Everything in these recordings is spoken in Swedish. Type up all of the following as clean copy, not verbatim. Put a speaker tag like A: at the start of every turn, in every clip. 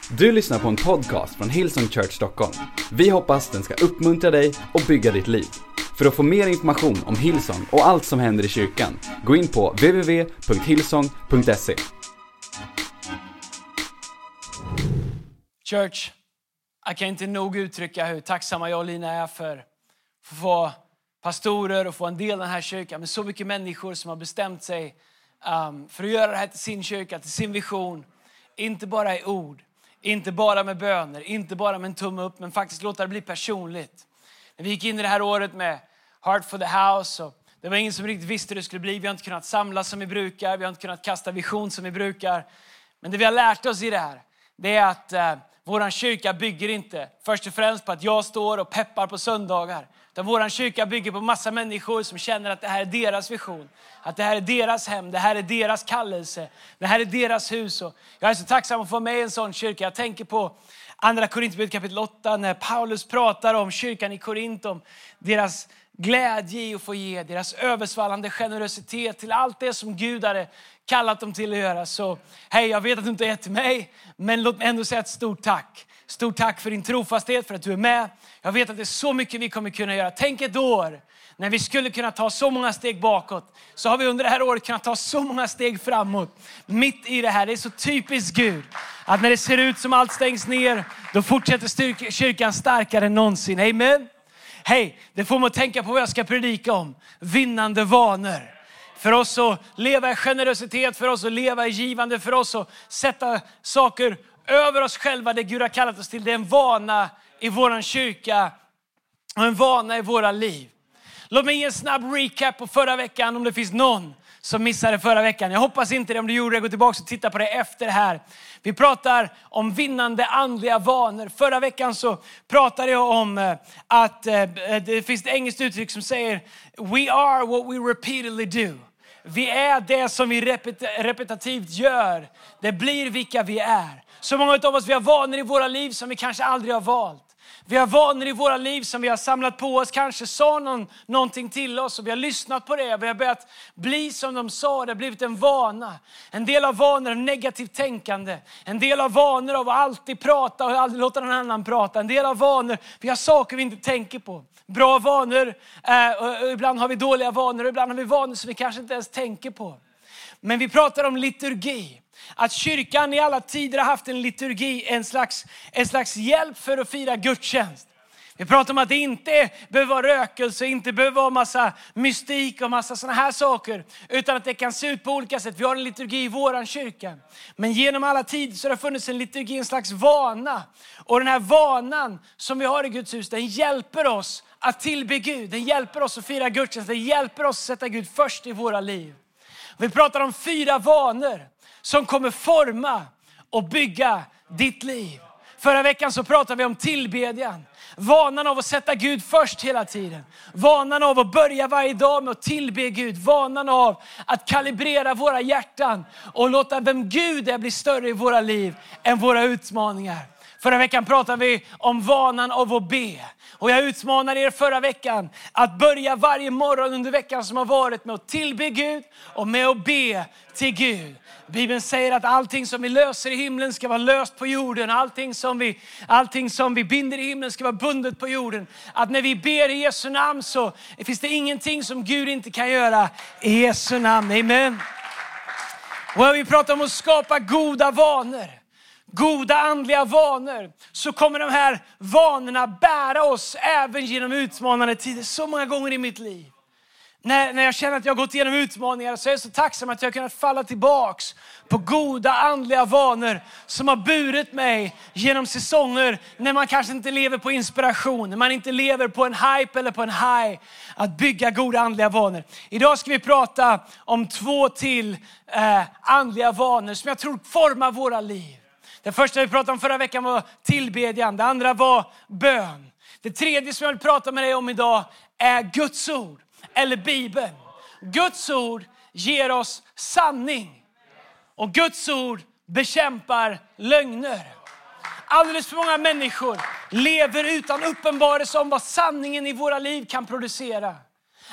A: Du lyssnar på en podcast från Hillsong Church Stockholm. Vi hoppas den ska uppmuntra dig och bygga ditt liv. För att få mer information om Hillsong och allt som händer i kyrkan, gå in på www.hillsong.se.
B: Church, jag kan inte nog uttrycka hur tacksamma jag och Lina är för att få pastorer och få en del av den här kyrkan. Med så mycket människor som har bestämt sig för att göra det här till sin kyrka, till sin vision. Inte bara i ord, inte bara med böner, inte bara med en tumme upp, men faktiskt låta det bli personligt. När vi gick in i det här året med Heart for the House, och det var ingen som riktigt visste hur det skulle bli. Vi har inte kunnat samlas som vi brukar, vi har inte kunnat kasta vision som vi brukar. Men det vi har lärt oss i det här, det är att våran kyrka bygger inte först och främst på att jag står och peppar på söndagar. Utan våran kyrka bygger på massa människor som känner att det här är deras vision. Att det här är deras hem, det här är deras kallelse. Det här är deras hus. Och jag är så tacksam att få med i en sån kyrka. Jag tänker på Andra Korinthierbrevet kapitel 8 när Paulus pratar om kyrkan i Korint. Om deras glädje i att få ge, deras översvallande generositet till allt det som Gud hade kallat dem till att göra. Så hej, jag vet att du inte är till mig, men låt mig ändå säga ett stort tack. Stort tack för din trofasthet, för att du är med. Jag vet att det är så mycket vi kommer kunna göra. Tänk ett år när vi skulle kunna ta så många steg bakåt. Så har vi under det här året kunnat ta så många steg framåt. Mitt i det här, det är så typiskt Gud. Att när det ser ut som allt stängs ner, då fortsätter kyrkan starkare än någonsin. Amen. Hej, det får mig att tänka på vad jag ska predika om. Vinnande vanor. För oss att leva i generositet, för oss att leva i givande, för oss att sätta saker över oss själva, det Gud har kallat oss till. Det är en vana i våran kyrka och en vana i våra liv. Låt mig ge en snabb recap på förra veckan om det finns någon som missade förra veckan. Jag hoppas inte det. Om du gjorde det, gå tillbaka och titta på det efter det här. Vi pratar om vinnande andliga vanor. Förra veckan så pratade jag om att det finns ett engelskt uttryck som säger we are what we repeatedly do. Vi är det som vi repetitivt gör. Det blir vilka vi är. Så många av oss, vi har vanor i våra liv som vi kanske aldrig har valt. Vi har vanor i våra liv som vi har samlat på oss. Kanske sa någonting till oss och vi har lyssnat på det. Vi har börjat bli som de sa. Det har blivit en vana. En del av vanor av negativt tänkande. En del av vanor av att alltid prata och aldrig låta någon annan prata. En del av vanor, vi har saker vi inte tänker på. Bra vanor, och ibland har vi dåliga vanor. Och ibland har vi vanor som vi kanske inte ens tänker på. Men vi pratar om liturgi. Att kyrkan i alla tider har haft en liturgi, en slags hjälp för att fira gudstjänst. Vi pratar om att det inte behöver vara rökelse, inte behöver vara massa mystik och massa såna här saker. Utan att det kan se ut på olika sätt. Vi har en liturgi i våran kyrka. Men genom alla tider så har det funnits en liturgi, en slags vana. Och den här vanan som vi har i Guds hus, den hjälper oss att tillbe Gud. Den hjälper oss att fira gudstjänst. Den hjälper oss att sätta Gud först i våra liv. Vi pratar om 4 vanor som kommer forma och bygga ditt liv. Förra veckan så pratade vi om tillbedjan. Vanan av att sätta Gud först hela tiden. Vanan av att börja varje dag med att tillbe Gud. Vanan av att kalibrera våra hjärtan och låta vem Gud är bli större i våra liv än våra utmaningar. Förra veckan pratade vi om vanan av att be. Och jag utmanar er förra veckan att börja varje morgon under veckan som har varit med att tillbe Gud och med att be till Gud. Bibeln säger att allting som vi löser i himlen ska vara löst på jorden. Allting som vi binder i himlen ska vara bundet på jorden. Att när vi ber i Jesu namn så finns det ingenting som Gud inte kan göra i Jesu namn. Amen. Och vi pratar om att skapa goda vanor. Goda andliga vanor, så kommer de här vanorna bära oss även genom utmanande tider. Så många gånger i mitt liv. När jag känner att jag har gått igenom utmaningar så är jag så tacksam att jag har kunnat falla tillbaks på goda andliga vanor som har burit mig genom säsonger när man kanske inte lever på inspiration, när man inte lever på en hype eller på en high. Att bygga goda andliga vanor. Idag ska vi prata om 2 till andliga vanor som jag tror formar våra liv. Det första vi pratade om förra veckan var tillbedjan. Det andra var bön. Det tredje som jag vill prata med dig om idag är Guds ord. Eller Bibeln. Guds ord ger oss sanning. Och Guds ord bekämpar lögner. Alldeles för många människor lever utan uppenbarelse om vad sanningen i våra liv kan producera.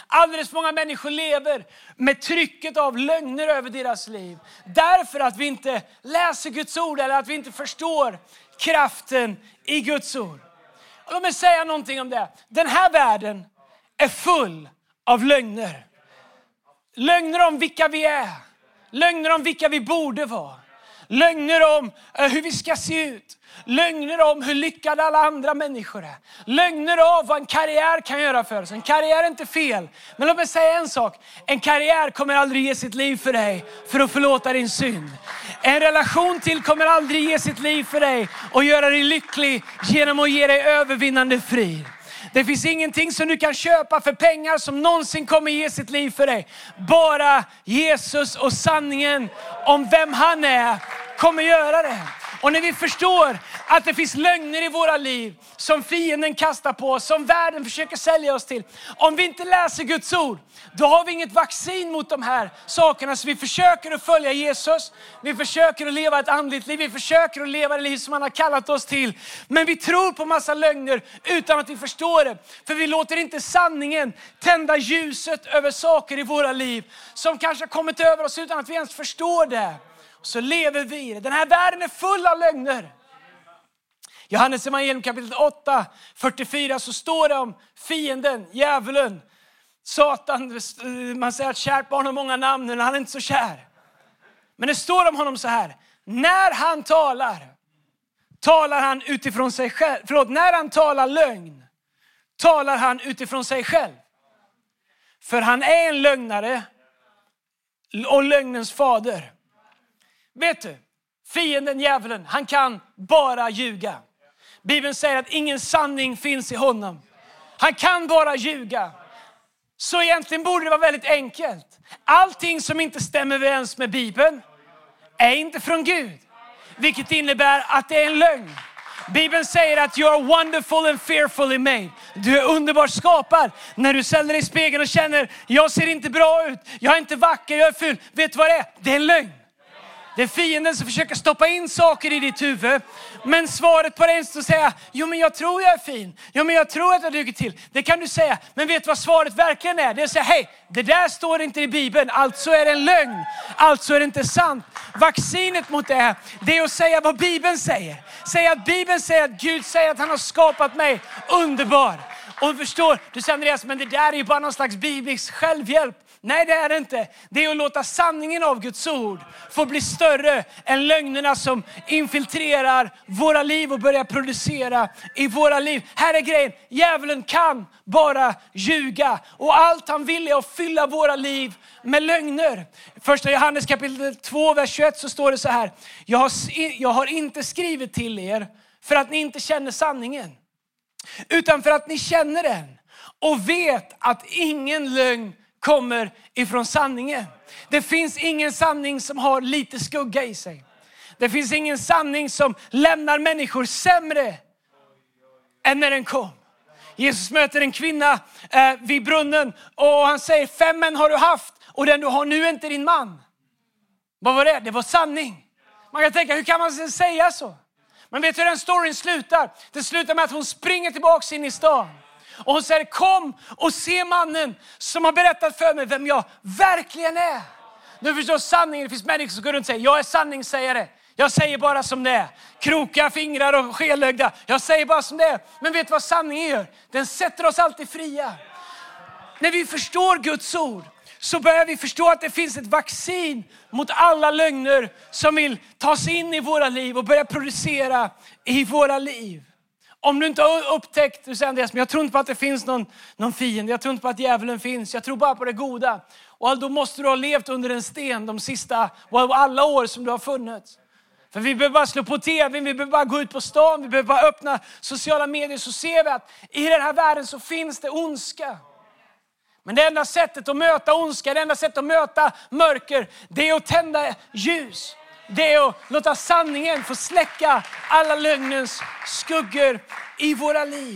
B: Alldeles för många människor lever med trycket av lögner över deras liv. Därför att vi inte läser Guds ord eller att vi inte förstår kraften i Guds ord. Och låt mig säga någonting om det. Den här världen är full av lögner. Lögner om vilka vi är. Lögner om vilka vi borde vara. Lögner om hur vi ska se ut. Lögner om hur lyckade alla andra människor är. Lögner av vad en karriär kan göra för oss. En karriär är inte fel. Men låt mig säga en sak. En karriär kommer aldrig ge sitt liv för dig för att förlåta din synd. En relation till kommer aldrig ge sitt liv för dig och göra dig lycklig genom att ge dig övervinnande frid. Det finns ingenting som du kan köpa för pengar som någonsin kommer ge sitt liv för dig. Bara Jesus och sanningen om vem han är kommer göra det. Och när vi förstår att det finns lögner i våra liv som fienden kastar på oss, som världen försöker sälja oss till. Om vi inte läser Guds ord, då har vi inget vaccin mot de här sakerna. Så vi försöker att följa Jesus, vi försöker att leva ett andligt liv, vi försöker att leva det liv som han har kallat oss till. Men vi tror på massa lögner utan att vi förstår det. För vi låter inte sanningen tända ljuset över saker i våra liv som kanske har kommit över oss utan att vi ens förstår det. Så lever vi i det. Den här världen är full av lögner. Johannes evangelium kapitel 8, 44 så står det om fienden, djävulen, Satan. Man säger att kärt barn har många namn, men han är inte så kär. Men det står om honom så här. När han talar han utifrån sig själv. När han talar lögn, talar han utifrån sig själv. För han är en lögnare och lögnens fader. Vet du, fienden, djävulen, han kan bara ljuga. Bibeln säger att ingen sanning finns i honom. Han kan bara ljuga. Så egentligen borde det vara väldigt enkelt. Allting som inte stämmer överens med Bibeln är inte från Gud. Vilket innebär att det är en lögn. Bibeln säger att you are wonderful and fearfully made. Du är underbart skapad. När du ställer dig i spegeln och känner, jag ser inte bra ut, jag är inte vacker, jag är ful. Vet du vad det är? Det är en lögn. Det är fienden som försöker stoppa in saker i ditt huvud. Men svaret på det är att säga, jo men jag tror jag är fin. Jo men jag tror att jag duger till. Det kan du säga. Men vet du vad svaret verkligen är? Det är att säga, hej, det där står inte i Bibeln. Alltså är det en lögn. Alltså är det inte sant. Vaccinet mot det är att säga vad Bibeln säger. Säga att Bibeln säger att Gud säger att han har skapat mig underbar. Och förstår, du säger Andreas, men det där är ju bara någon slags biblisk självhjälp. Nej, det är det inte. Det är att låta sanningen av Guds ord få bli större än lögnerna som infiltrerar våra liv och börjar producera i våra liv. Här är grejen. Djävulen kan bara ljuga. Och allt han vill är att fylla våra liv med lögner. Första Johannes kapitel 2, vers 21 så står det så här. Jag har inte skrivit till er för att ni inte känner sanningen. Utan för att ni känner den. Och vet att ingen lögn kommer ifrån sanningen. Det finns ingen sanning som har lite skugga i sig. Det finns ingen sanning som lämnar människor sämre än när den kom. Jesus möter en kvinna vid brunnen och han säger, 5 män har du haft och den du har nu är inte din man. Vad var det? Det var sanning. Man kan tänka, hur kan man säga så? Men vet du hur den storyn slutar? Det slutar med att hon springer tillbaka in i stan. Och hon säger, kom och se mannen som har berättat för mig vem jag verkligen är. Nu förstår sanningen, det finns människor som går runt och säger, jag är sanningssägare. Jag säger bara som det är. Kroka fingrar och skelögda. Jag säger bara som det är. Men vet du vad sanningen gör? Den sätter oss alltid fria. När vi förstår Guds ord så börjar vi förstå att det finns ett vaccin mot alla lögner som vill ta sig in i våra liv och börja producera i våra liv. Om du inte har upptäckt, du säger Andreas, men jag tror inte på att det finns någon fiende. Jag tror inte på att djävulen finns. Jag tror bara på det goda. Och då måste du ha levt under en sten de sista, alla år som du har funnits. För vi behöver bara slå på tv, vi behöver bara gå ut på stan, vi behöver bara öppna sociala medier. Så ser vi att i den här världen så finns det ondska. Men det enda sättet att möta ondska, det enda sättet att möta mörker, det är att tända ljus. Det är att låta sanningen få släcka alla lögnens skuggor i våra liv.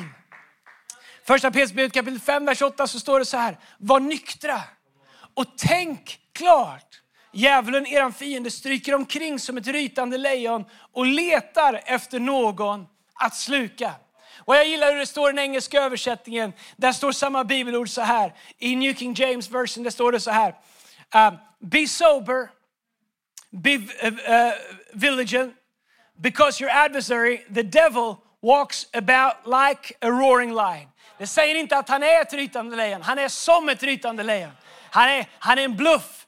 B: Första Petrusbrevet kapitel 5, vers 8 så står det så här. Var nyktra och tänk klart. Djävulen, eran fiende, stryker omkring som ett rytande lejon och letar efter någon att sluka. Och jag gillar hur det står i den engelska översättningen. Där står samma bibelord så här. I New King James version där står det så här. Be sober, be vigilant, because your adversary, the devil, walks about like a roaring lion. Det säger inte att han är ett rytande lejon. Han är som ett rytande lejon. Han är en bluff.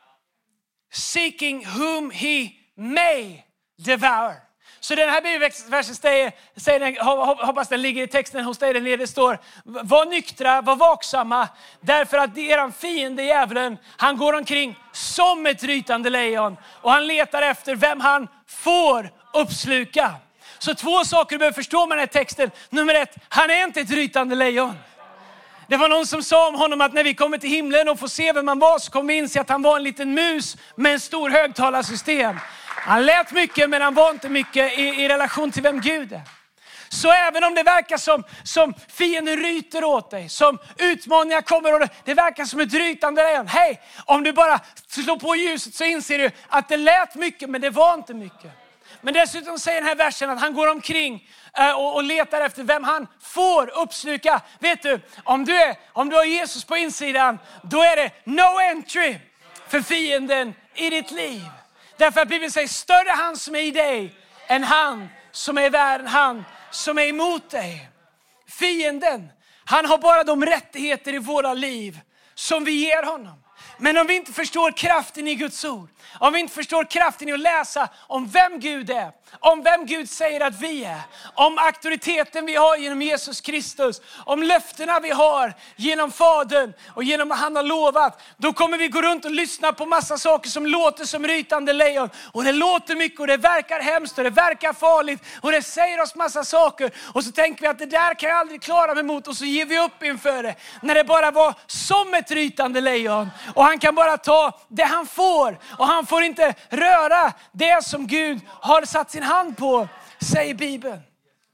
B: Seeking whom he may devour. Så den här bibelversen säger, hoppas den ligger i texten hos dig där nere. Det står, var nyktra, var vaksamma. Därför att eran fiende djävulen, han går omkring som ett rytande lejon. Och han letar efter vem han får uppsluka. Så 2 saker du behöver förstå med den här texten. Nummer 1, han är inte ett rytande lejon. Det var någon som sa om honom att när vi kommer till himlen och får se vem man var, så kommer vi inse att han var en liten mus med en stor högtalarsystem. Han lät mycket, men han var inte mycket i relation till vem Gud är. Så även om det verkar som fienden ryter åt dig, som utmaningar kommer och det verkar som ett rytande lejon. Hej, om du bara slår på ljuset så inser du att det lät mycket, men det var inte mycket. Men dessutom säger den här versen att han går omkring och letar efter vem han får uppsluka. Vet du, om du har Jesus på insidan, då är det no entry för fienden i ditt liv. Därför att Bibeln säger, större han som är i dig än han som är i världen, han som är emot dig. Fienden, han har bara de rättigheter i våra liv som vi ger honom. Men om vi inte förstår kraften i Guds ord, om vi inte förstår kraften i att läsa om vem Gud är, om vem Gud säger att vi är, om auktoriteten vi har genom Jesus Kristus, om löftena vi har genom Fadern och genom vad han har lovat, då kommer vi gå runt och lyssna på massa saker som låter som rytande lejon. Och det låter mycket och det verkar hemskt och det verkar farligt och det säger oss massa saker. Och så tänker vi att det där kan jag aldrig klara mig mot, och så ger vi upp inför det. När det bara var som ett rytande lejon och han kan bara ta det han får, och han får inte röra det som Gud har satt sin hand på, säger Bibeln.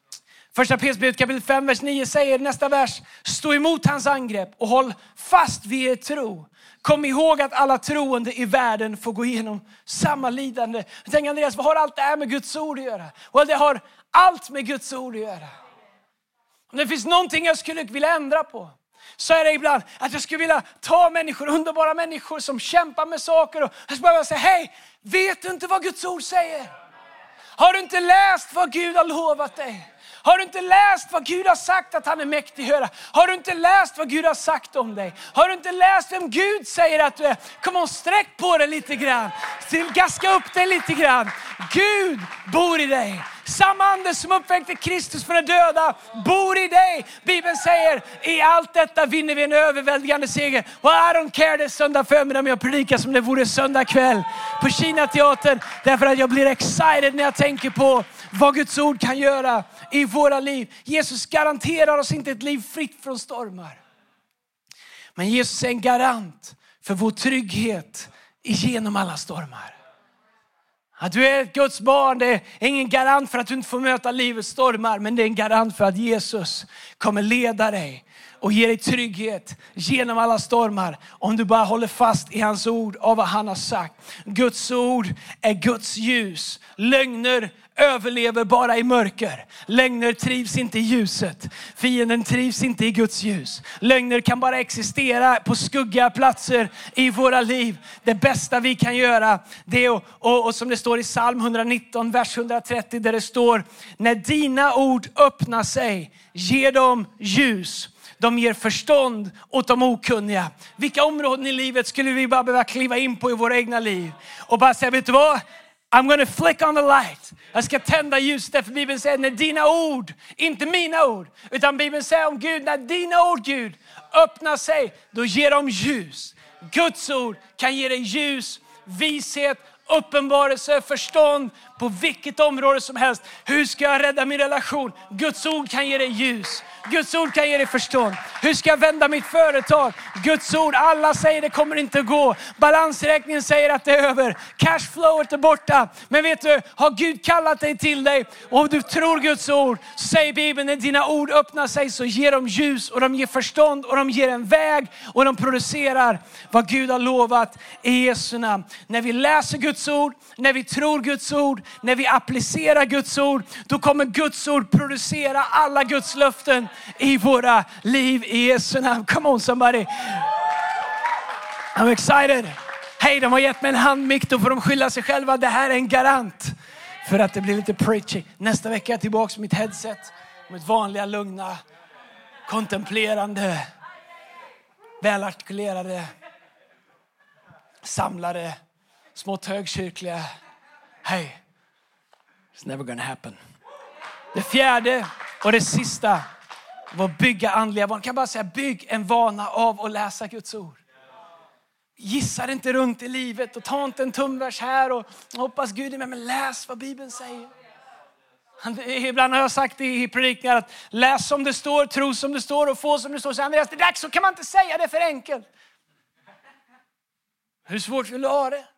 B: Första Petrusbrevet kapitel 5 vers 9 säger nästa vers: stå emot hans angrepp och håll fast vid er tro. Kom ihåg att alla troende i världen får gå igenom samma lidande. Jag tänker, Andreas, vad har allt det här med Guds ord att göra? Och det har allt med Guds ord att göra. Om det finns någonting jag skulle vilja ändra på, så är det ibland att jag skulle vilja ta människor, underbara människor som kämpar med saker, och jag skulle bara säga, hej, vet du inte vad Guds ord säger? Har du inte läst vad Gud har lovat dig? Har du inte läst vad Gud har sagt att han är mäktig att höra? Har du inte läst vad Gud har sagt om dig? Har du inte läst vem Gud säger att du är? Kom och sträck på dig lite grann. Gaska upp dig lite grann. Gud bor i dig. Samma ande som uppväckte Kristus från de döda bor i dig. Bibeln säger, i allt detta vinner vi en överväldigande seger. Och I don't care, det är söndag förmiddag, men jag predikar som det vore söndag kväll på Kinateatern. Därför att jag blir excited när jag tänker på vad Guds ord kan göra i våra liv. Jesus garanterar oss inte ett liv fritt från stormar. Men Jesus är en garant för vår trygghet genom alla stormar. Att du är ett Guds barn, det är ingen garant för att du inte får möta livets stormar. Men det är en garant för att Jesus kommer leda dig och ge dig trygghet genom alla stormar. Om du bara håller fast i hans ord av vad han har sagt. Guds ord är Guds ljus. Lögner överlever bara i mörker. Lögner trivs inte i ljuset. Fienden trivs inte i Guds ljus. Lögner kan bara existera på skuggiga platser i våra liv. Det bästa vi kan göra, det är och som det står i Psalm 119, vers 130, där det står: när dina ord öppnar sig, ger dem ljus. De ger förstånd åt de okunniga. Vilka områden i livet skulle vi bara behöva kliva in på i våra egna liv och bara säga, vet du vad? I'm going to flick on the light. Jag ska tända ljuset, därför Bibeln säger, när dina ord, inte mina ord, utan Bibeln säger om Gud, när dina ord, Gud, öppnar sig, då ger de ljus. Guds ord kan ge dig ljus, vishet, uppenbarelse, förstånd på vilket område som helst. Hur ska jag rädda min relation? Guds ord kan ge dig ljus. Guds ord kan ge dig förstånd. Hur ska jag vända mitt företag? Guds ord, alla säger det kommer inte att gå. Balansräkningen säger att det är över. Cashflowet är borta. Men vet du, har Gud kallat dig till dig och du tror Guds ord, så säger Bibeln, när dina ord öppnar sig så ger de ljus och de ger förstånd och de ger en väg och de producerar vad Gud har lovat i Jesu namn. När vi läser Guds ord, när vi tror Guds ord, när vi applicerar Guds ord, då kommer Guds ord producera alla Guds löften i våra liv i Jesu namn. Come on somebody. I'm excited. Hej, de har gett mig en handmick, då får de skylla sig själva. Det här är en garant för att det blir lite preaching. Nästa vecka är jag tillbaka med mitt headset. Mitt vanliga, lugna, kontemplerande, välartikulerade, samlade, smått högkyrkliga. Hej, it's never gonna happen. Det fjärde och det sista var att bygga andliga vanor. Kan bara säga, bygg en vana av att läsa Guds ord. Gissa inte runt i livet och ta inte en tumvers här och hoppas Gud är med, men läs vad Bibeln säger. Ibland har jag sagt i predikningar att läs som det står, tro som det står och få som det står. Så Andreas, det är dags, så kan man inte säga det för enkelt. Hur svårt vill du ha det?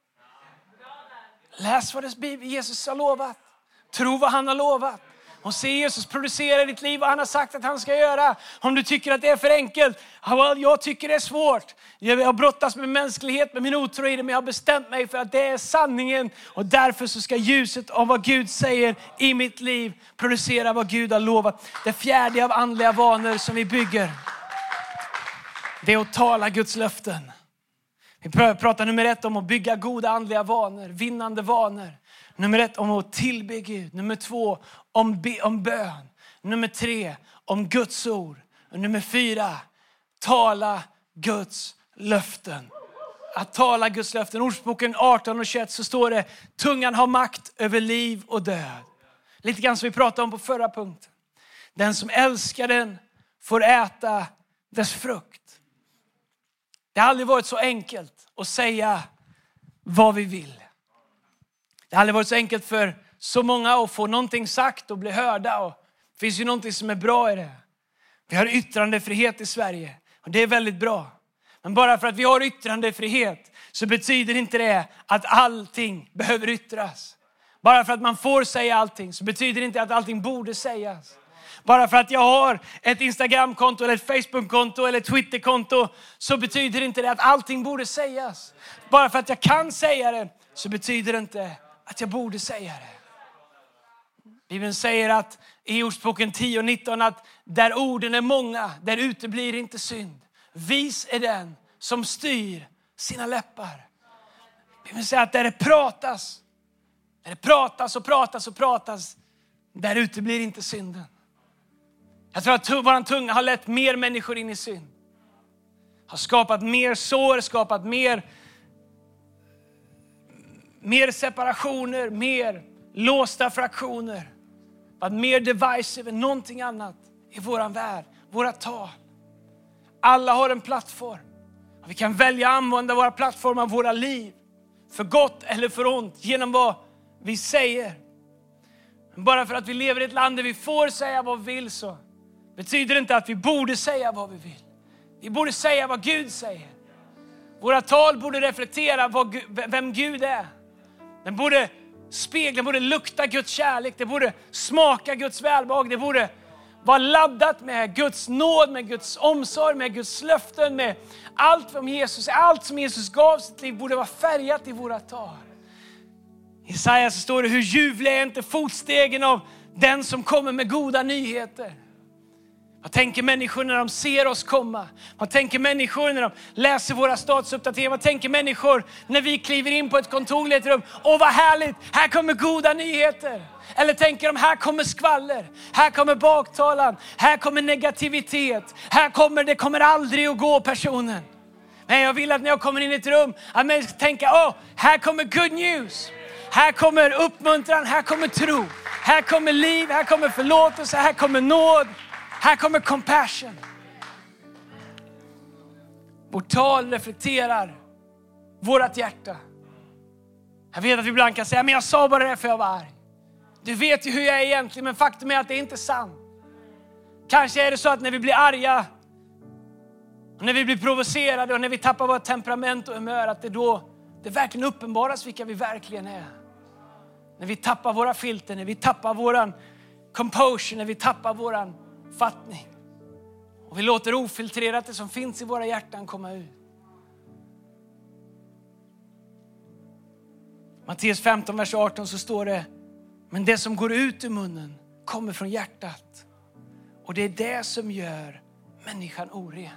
B: Läs vad Jesus har lovat. Tro vad han har lovat. Och se Jesus producera ditt liv vad han har sagt att han ska göra. Om du tycker att det är för enkelt. Jag tycker det är svårt. Jag har brottats med mänsklighet, med min otro i det. Men jag har bestämt mig för att det är sanningen. Och därför så ska ljuset av vad Gud säger i mitt liv producera vad Gud har lovat. Det fjärde av andliga vanor som vi bygger, det är att tala Guds löften. Vi pratar nummer 1 om att bygga goda andliga vanor, vinnande vanor. Nummer 1 om att tillbe Gud. Nummer 2 om bön. Nummer 3 om Guds ord. Och nummer 4, tala Guds löften. Att tala Guds löften. Ordspråken 18:21 så står det: tungan har makt över liv och död. Lite grann som vi pratade om på förra punkten. Den som älskar den får äta dess frukt. Det har aldrig varit så enkelt att säga vad vi vill. Det har aldrig varit så enkelt för så många att få någonting sagt och bli hörda. Och det finns ju någonting som är bra i det. Vi har yttrandefrihet i Sverige och det är väldigt bra. Men bara för att vi har yttrandefrihet så betyder inte det att allting behöver yttras. Bara för att man får säga allting så betyder det inte att allting borde sägas. Bara för att jag har ett Instagramkonto eller ett Facebookkonto eller ett Twitterkonto så betyder inte det att allting borde sägas. Bara för att jag kan säga det så betyder det inte att jag borde säga det. Bibeln säger att i Ordspråken 10:19 att där orden är många, där ute blir inte synd. Vis är den som styr sina läppar. Bibeln säger att där det pratas och pratas, där ute blir inte synden. Jag tror att våran tunga har lett mer människor in i synd. Har skapat mer sår, skapat mer separationer, mer låsta fraktioner. Att mer divisive än någonting annat i våran värld, våra tal. Alla har en plattform. Vi kan välja att använda våra plattformar, våra liv, för gott eller för ont, genom vad vi säger. Men bara för att vi lever i ett land där vi får säga vad vi vill så betyder det inte att vi borde säga vad vi vill. Vi borde säga vad Gud säger. Våra tal borde reflektera vem Gud är. Den borde spegla, borde lukta Guds kärlek. Det borde smaka Guds välbehag. Det borde vara laddat med Guds nåd, med Guds omsorg, med Guds löften, med allt om Jesus. Allt som Jesus gav sitt liv borde vara färgat i våra tal. I Jesaja så står det: hur ljuvliga är inte fotstegen av den som kommer med goda nyheter. Vad tänker människor när de ser oss komma? Vad tänker människor när de läser våra statusuppdateringar? Vad tänker människor när vi kliver in på ett kontor i ett rum? Åh vad härligt, här kommer goda nyheter. Eller tänker de, här kommer skvaller, här kommer baktalan, här kommer negativitet. Det kommer aldrig att gå personen. Men jag vill att när jag kommer in i ett rum att människor ska tänka, här kommer good news. Här kommer uppmuntran, här kommer tro. Här kommer liv, här kommer förlåtelse, här kommer nåd. Här kommer compassion. Vårt tal reflekterar vårt hjärta. Jag vet att vi ibland kan säga, men jag sa bara det för jag var arg. Du vet ju hur jag är egentligen, men faktum är att det är inte sant. Kanske är det så att när vi blir arga, och när vi blir provocerade och när vi tappar vårt temperament och humör, att det då det verkligen uppenbaras vilka vi verkligen är. När vi tappar våra filter, när vi tappar våran composure, när vi tappar våran fattning. Och vi låter ofiltrerat det som finns i våra hjärtan komma ut. Matteus 15, vers 18 så står det: Men det som går ut ur munnen kommer från hjärtat. Och det är det som gör människan oren.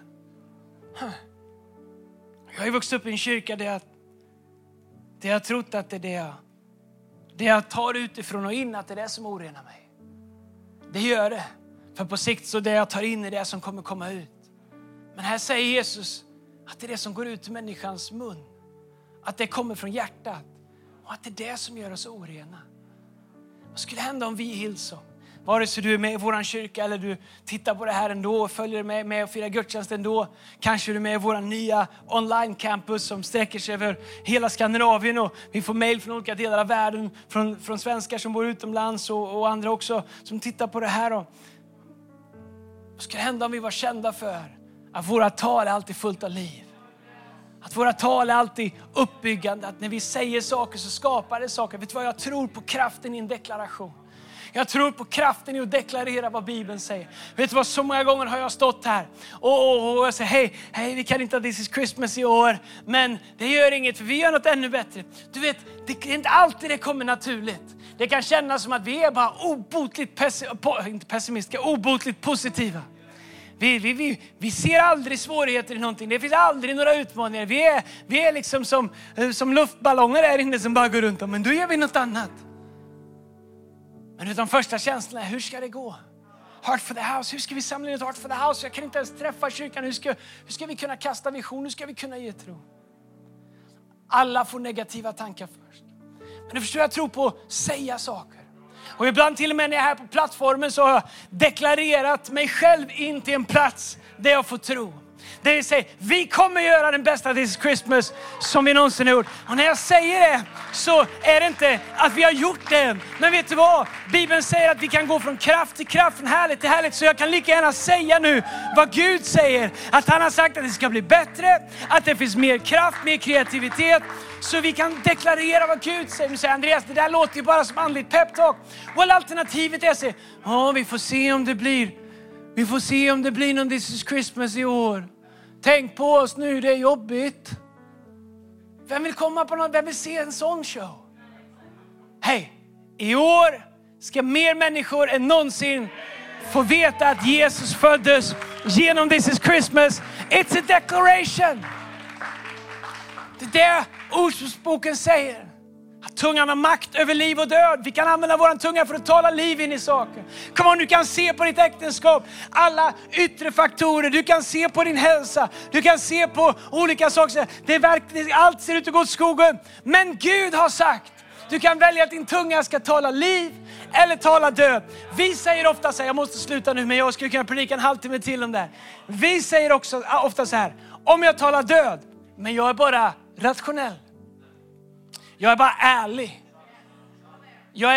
B: Jag har ju vuxit upp i en kyrka där jag har trott att det är det jag tar utifrån och in, att det är det som orenar mig. Det gör det. För på sikt så det jag tar in är det som kommer komma ut. Men här säger Jesus att det är det som går ut ur människans mun. Att det kommer från hjärtat. Och att det är det som gör oss orena. Vad skulle hända om vi i Hillsong, vare sig du är med i vår kyrka eller du tittar på det här ändå och följer med och firar gudstjänst ändå. Kanske du är med i vår nya online campus som sträcker sig över hela Skandinavien. Och vi får mejl från olika delar av världen. Från svenskar som bor utomlands och andra också som tittar på det här. Vad skulle hända om vi var kända för att våra tal är alltid fullt av liv? Att våra tal är alltid uppbyggande. Att när vi säger saker så skapar det saker. Vet du vad, jag tror på kraften i en deklaration. Jag tror på kraften i att deklarera vad Bibeln säger. Vet du vad, så många gånger har jag stått här och jag säger hej, vi kan inte ha This is Christmas i år. Men det gör inget, för vi gör något ännu bättre. Du vet, det är inte alltid det kommer naturligt. Det kan kännas som att vi är bara obotligt positiva. Vi ser aldrig svårigheter i någonting. Det finns aldrig några utmaningar. Vi är liksom som luftballonger där inne som bara går runt. Men då gör vi något annat. Men de första känslorna är, hur ska det gå? Heart for the House, hur ska vi samla in ett Heart for the House? Jag kan inte ens träffa kyrkan. Hur ska vi kunna kasta vision? Hur ska vi kunna ge tro? Alla får negativa tankar först. Men du förstår, jag tror på att säga saker. Och ibland till och med när jag är här på plattformen så har jag deklarerat mig själv in till en plats där jag får tro. Det vill säga, vi kommer göra den bästa This Christmas som vi någonsin har gjort. Och när jag säger det så är det inte att vi har gjort det. Men vet du vad? Bibeln säger att vi kan gå från kraft till kraft, från härligt till härligt. Så jag kan lika gärna säga nu vad Gud säger. Att han har sagt att det ska bli bättre. Att det finns mer kraft, mer kreativitet. Så vi kan deklarera vad Gud säger. Nu säger Andreas, det där låter ju bara som andligt peptalk. Och alternativet är att säga, vi får se om det blir någon This is Christmas i år. Tänk på oss nu, det är jobbigt. Vem vill komma på vem vill se en sån show? Hej, i år ska mer människor än någonsin få veta att Jesus föddes genom This is Christmas. It's a declaration. Det är det Ordspråksboken säger. Att tungan har makt över liv och död. Vi kan använda våran tunga för att tala liv in i saker. Kom on, du kan se på ditt äktenskap alla yttre faktorer. Du kan se på din hälsa. Du kan se på olika saker. Allt ser ut att gå åt skogen. Men Gud har sagt, du kan välja att din tunga ska tala liv eller tala död. Vi säger ofta så här, jag måste sluta nu men jag skulle kunna predika en halvtimme till om det här. Vi säger också ofta så här, om jag talar död men jag är bara rationell. Jag är bara ärlig. Jag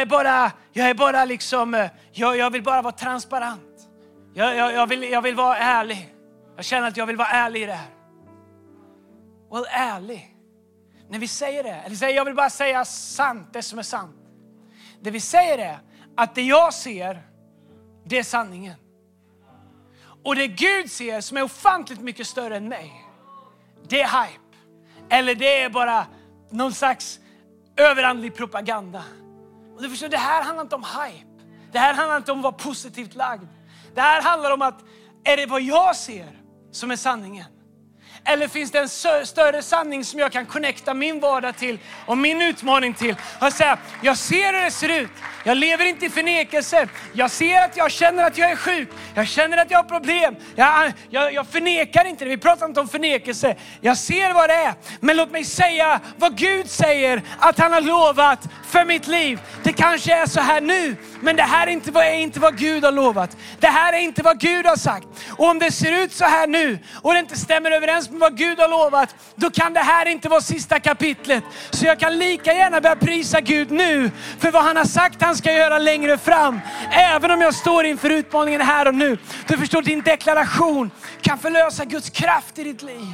B: vill bara vara transparent. Jag vill vara ärlig. Jag känner att jag vill vara ärlig i det här. Well, ärlig. När vi säger det, eller säger jag vill bara säga sant, det som är sant. Det vi säger är att det jag ser, det är sanningen. Och det Gud ser som är ofantligt mycket större än mig, det är hype. Eller det är bara någon slags överandlig propaganda. Och du förstår, det här handlar inte om hype. Det här handlar inte om att vara positivt lagd. Det här handlar om att, är det vad jag ser som är sanningen? Eller finns det en större sanning som jag kan connecta min vardag till och min utmaning till? Och säga, jag ser hur det ser ut. Jag lever inte i förnekelse. Jag ser att jag känner att jag är sjuk. Jag känner att jag har problem. Jag förnekar inte det. Vi pratar inte om förnekelse. Jag ser vad det är. Men låt mig säga vad Gud säger att han har lovat för mitt liv. Det kanske är så här nu. Men det här är inte vad Gud har lovat. Det här är inte vad Gud har sagt. Och om det ser ut så här nu och det inte stämmer överens med vad Gud har lovat, då kan det här inte vara sista kapitlet. Så jag kan lika gärna börja prisa Gud nu för vad han har sagt han ska göra längre fram. Även om jag står inför utmaningen här och nu. Du förstår, din deklaration kan förlösa Guds kraft i ditt liv.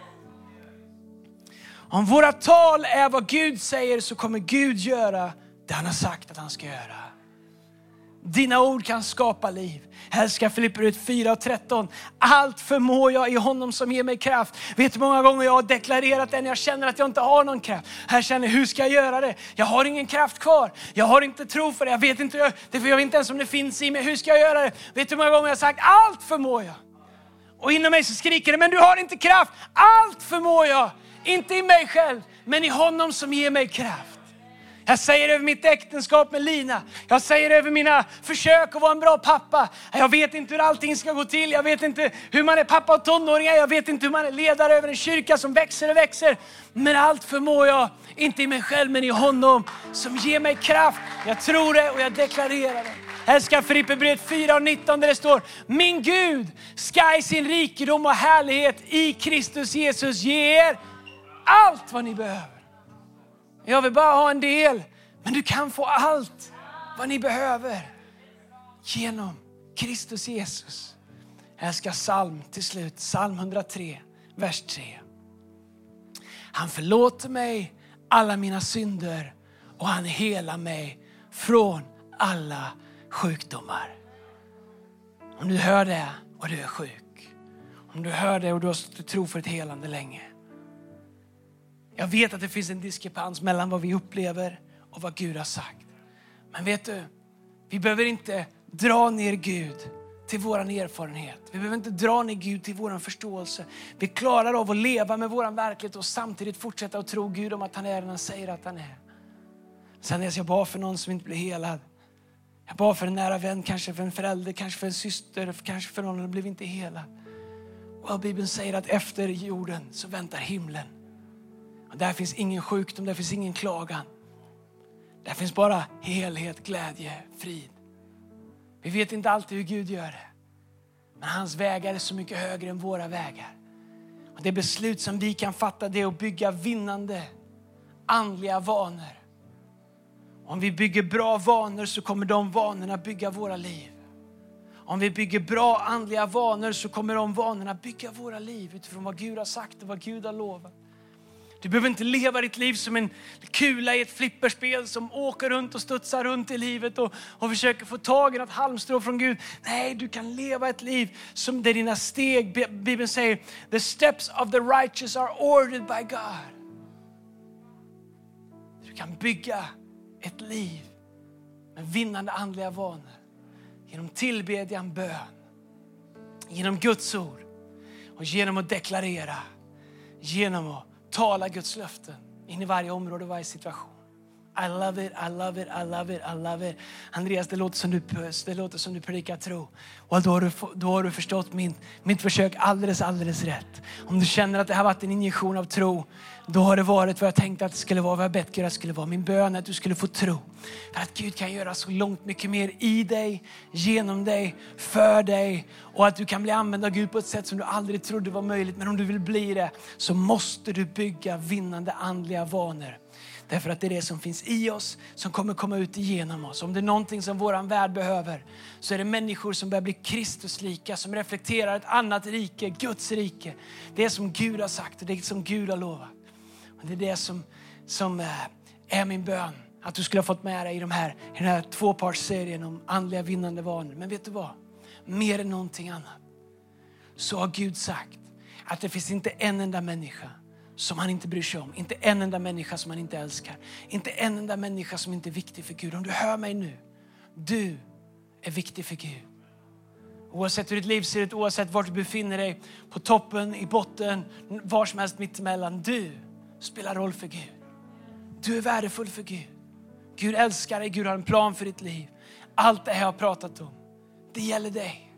B: Om våra tal är vad Gud säger så kommer Gud göra det han har sagt att han ska göra. Dina ord kan skapa liv. Jag älskar Filipperbrevet 4:13. Allt förmår jag i honom som ger mig kraft. Vet du många gånger jag har deklarerat det när jag känner att jag inte har någon kraft. Här känner jag, hur ska jag göra det? Jag har ingen kraft kvar. Jag har inte tro för det. Jag vet inte ens om det finns i mig. Hur ska jag göra det? Vet du många gånger jag har sagt, allt förmår jag. Och inom mig så skriker det, men du har inte kraft. Allt förmår jag. Inte i mig själv, men i honom som ger mig kraft. Jag säger över mitt äktenskap med Lina. Jag säger över mina försök att vara en bra pappa. Jag vet inte hur allting ska gå till. Jag vet inte hur man är pappa och tonåringar. Jag vet inte hur man är ledare över en kyrka som växer och växer. Men allt förmår jag. Inte i mig själv, men i honom som ger mig kraft. Jag tror det och jag deklarerar det. Jag älskar Filipperbrevet 4:19 där det står: min Gud ska i sin rikedom och härlighet i Kristus Jesus ge er allt vad ni behöver. Jag vill bara ha en del, men du kan få allt vad ni behöver genom Kristus Jesus. Jag älskar psalm till slut, psalm 103, vers 3. Han förlåter mig alla mina synder och han helar mig från alla sjukdomar. Om du hör det och du är sjuk, om du hör det och du har tro för ett helande länge. Jag vet att det finns en diskrepans mellan vad vi upplever och vad Gud har sagt. Men vet du, vi behöver inte dra ner Gud till våran erfarenhet. Vi behöver inte dra ner Gud till våran förståelse. Vi klarar av att leva med våran verklighet och samtidigt fortsätta att tro Gud om att han är den han säger att han är. Sen när jag bad för någon som inte blir helad. Jag bad för en nära vän, kanske för en förälder, kanske för en syster, kanske för någon som blev inte helad. Och Bibeln säger att efter jorden så väntar himlen. Och där finns ingen sjukdom, där finns ingen klagan. Där finns bara helhet, glädje, frid. Vi vet inte alltid hur Gud gör det. Men hans vägar är så mycket högre än våra vägar. Och det beslut som vi kan fatta, det är att bygga vinnande andliga vanor. Om vi bygger bra vanor så kommer de vanorna bygga våra liv. Om vi bygger bra andliga vanor så kommer de vanorna bygga våra liv utifrån vad Gud har sagt och vad Gud har lovat. Du behöver inte leva ditt liv som en kula i ett flipperspel som åker runt och studsar runt i livet och försöker få tag i något halmstrå från Gud. Nej, du kan leva ett liv som där dina steg, Bibeln säger, the steps of the righteous are ordered by God. Du kan bygga ett liv med vinnande andliga vanor genom tillbedjan, bön, genom Guds ord och genom att deklarera, genom att tala Guds löften in i varje område och varje situation. I love it, I love it, I love it, I love it. Andreas, det låter som du predikar tro. Och då har du förstått mitt försök alldeles rätt. Om du känner att det har varit en injektion av tro, då har det varit vad jag tänkte att det skulle vara, vad jag bett Gud att det skulle vara. Min bön är att du skulle få tro. För att Gud kan göra så långt mycket mer i dig, genom dig, för dig. Och att du kan bli använd av Gud på ett sätt som du aldrig trodde var möjligt. Men om du vill bli det så måste du bygga vinnande andliga vanor. Därför att det är det som finns i oss som kommer komma ut igenom oss. Om det är någonting som våran värld behöver så är det människor som börjar bli Kristuslika, som reflekterar ett annat rike, Guds rike. Det är som Gud har sagt och det är som Gud har lovat. Och det är det som är min bön. Att du skulle ha fått med dig i den här tvåpartsserien om andliga vinnande vanor. Men vet du vad? Mer än någonting annat så har Gud sagt att det finns inte en enda människa som han inte bryr sig om. Inte en enda människa som han inte älskar. Inte en enda människa som inte är viktig för Gud. Om du hör mig nu, du är viktig för Gud. Oavsett hur ditt liv ser ut, oavsett vart du befinner dig, på toppen, i botten, var som helst mittemellan. Du spelar roll för Gud. Du är värdefull för Gud. Gud älskar dig, Gud har en plan för ditt liv. Allt det här jag har pratat om, det gäller dig.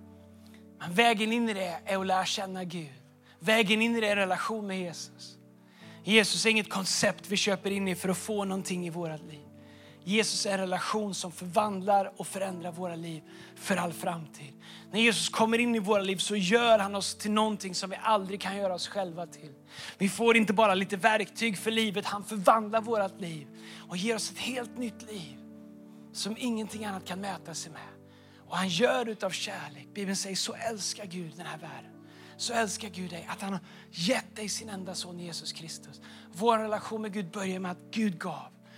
B: Men vägen in i det är att lära känna Gud. Vägen in i det är en relation med Jesus. Jesus är inget koncept vi köper in i för att få någonting i våra liv. Jesus är en relation som förvandlar och förändrar våra liv för all framtid. När Jesus kommer in i våra liv så gör han oss till någonting som vi aldrig kan göra oss själva till. Vi får inte bara lite verktyg för livet, han förvandlar vårt liv och ger oss ett helt nytt liv som ingenting annat kan mäta sig med. Och han gör det utav kärlek. Bibeln säger så älskar Gud den här världen. Så älskar Gud dig att han har gett dig sin enda son Jesus Kristus. Vår relation med Gud börjar med att Gud gav.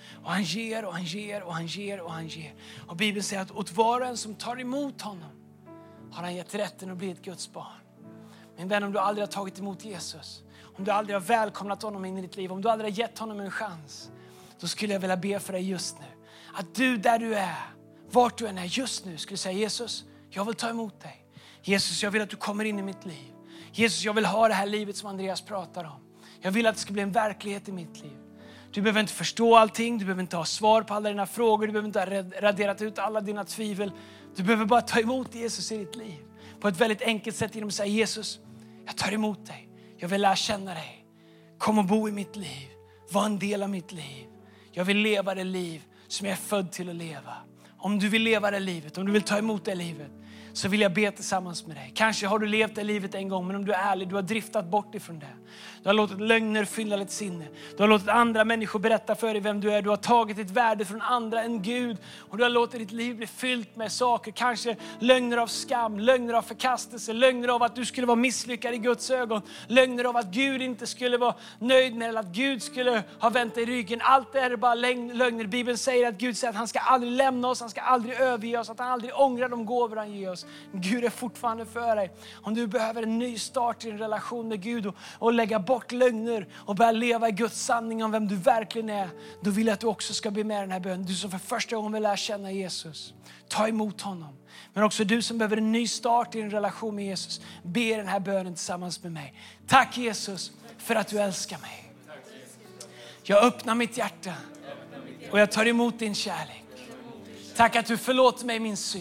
B: Och han ger och han ger och han ger och han ger. Och Bibeln säger att åt var och en som tar emot honom har han gett rätten att bli ett Guds barn. Min vän, om du aldrig har tagit emot Jesus, om du aldrig har välkomnat honom in i ditt liv, om du aldrig har gett honom en chans, då skulle jag vilja be för dig just nu. Att du där du är, vart du än är just nu, skulle säga: Jesus, jag vill ta emot dig. Jesus, jag vill att du kommer in i mitt liv. Jesus, jag vill ha det här livet som Andreas pratar om. Jag vill att det ska bli en verklighet i mitt liv. Du behöver inte förstå allting, du behöver inte ha svar på alla dina frågor, du behöver inte ha raderat ut alla dina tvivel. Du behöver bara ta emot Jesus i ditt liv. På ett väldigt enkelt sätt genom att säga: Jesus, jag tar emot dig. Jag vill lära känna dig. Kom och bo i mitt liv. Var en del av mitt liv. Jag vill leva det liv som jag är född till att leva. Om du vill leva det livet, om du vill ta emot det livet, så vill jag be tillsammans med dig. Kanske har du levt det livet en gång, men om du är ärlig, du har driftat bort ifrån det. Du har låtit lögner fylla ditt sinne. Du har låtit andra människor berätta för dig vem du är. Du har tagit ditt värde från andra än Gud. Och du har låtit ditt liv bli fyllt med saker. Kanske lögner av skam, lögner av förkastelse, lögner av att du skulle vara misslyckad i Guds ögon. Lögner av att Gud inte skulle vara nöjd med, eller att Gud skulle ha vänt dig ryggen. Allt det är bara lögner. Bibeln säger att Gud säger att han ska aldrig lämna oss, han ska aldrig överge oss, att han aldrig ångrar de gåvor han ger oss. Gud är fortfarande för dig. Om du behöver en ny start i en relation med Gud och lägga bort lögner och börja leva i Guds sanning om vem du verkligen är, då vill jag att du också ska bli med i den här bönen. Du som för första gången vill lära känna Jesus, ta emot honom. Men också du som behöver en ny start i en relation med Jesus, be den här bönen tillsammans med mig. Tack Jesus för att du älskar mig. Jag öppnar mitt hjärta och jag tar emot din kärlek. Tack att du förlåter mig min synd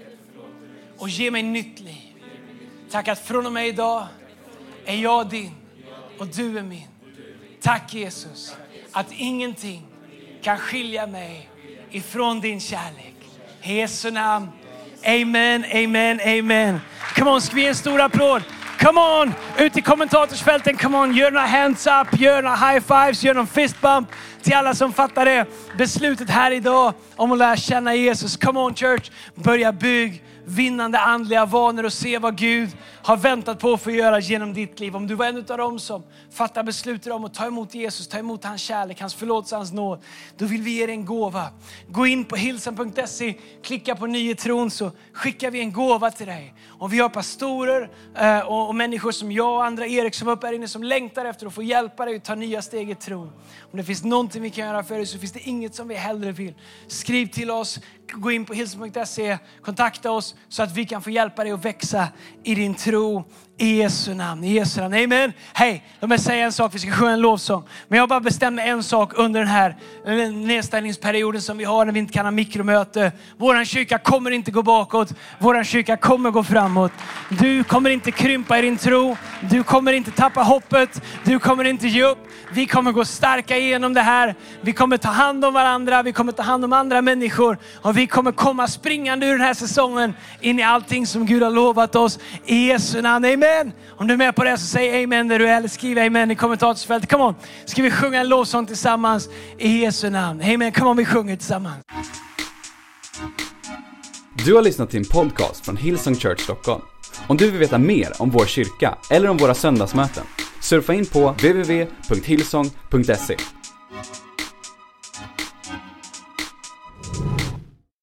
B: och ger mig nytt liv. Tack att från och med idag är jag din och du är min. Tack Jesus att ingenting kan skilja mig ifrån din kärlek. I Jesu namn. Amen, amen, amen. Come on, ska vi ge en stor applåd? Come on, ut i kommentatorsfälten. Come on, gör några hands up, gör några high fives, gör någon fist bump till alla som fattar det beslutet här idag om att lära känna Jesus. Come on church, börja bygga vinnande andliga vanor och se vad Gud har väntat på för att göra genom ditt liv. Om du var en av dem som fattar beslutet om att ta emot Jesus, ta emot hans kärlek, hans förlåtelse, hans nåd, då vill vi ge dig en gåva. Gå in på hilsen.se, klicka på nya tron, så skickar vi en gåva till dig. Och vi har pastorer och människor som jag och andra Erik som är uppe här inne som längtar efter att få hjälpa dig att ta nya steg i tron. Om det finns någonting vi kan göra för dig, så finns det inget som vi hellre vill. Skriv till oss, gå in på hilsen.se, kontakta oss så att vi kan få hjälpa dig att växa i din tro. I Jesu namn, i Jesu namn. Amen. Hej, låt mig säga en sak, vi ska sjunga en lovsång. Men jag bara bestämde en sak under den här nedställningsperioden som vi har när vi inte kan ha mikromöte. Våran kyrka kommer inte gå bakåt. Våran kyrka kommer gå framåt. Du kommer inte krympa i din tro. Du kommer inte tappa hoppet. Du kommer inte ge upp. Vi kommer gå starka igenom det här. Vi kommer ta hand om varandra. Vi kommer ta hand om andra människor. Och vi kommer komma springande ur den här säsongen in i allting som Gud har lovat oss. I Jesu namn, amen. Om du är med på det så säg amen där du är, eller skriv amen i kommentarsfältet. Come on, ska vi sjunga en lovsång tillsammans i Jesu namn. Amen, come on, vi sjunger tillsammans.
A: Du har lyssnat till en podcast från Hillsong Church Stockholm. Om du vill veta mer om vår kyrka eller om våra söndagsmöten, surfa in på www.hillsong.se.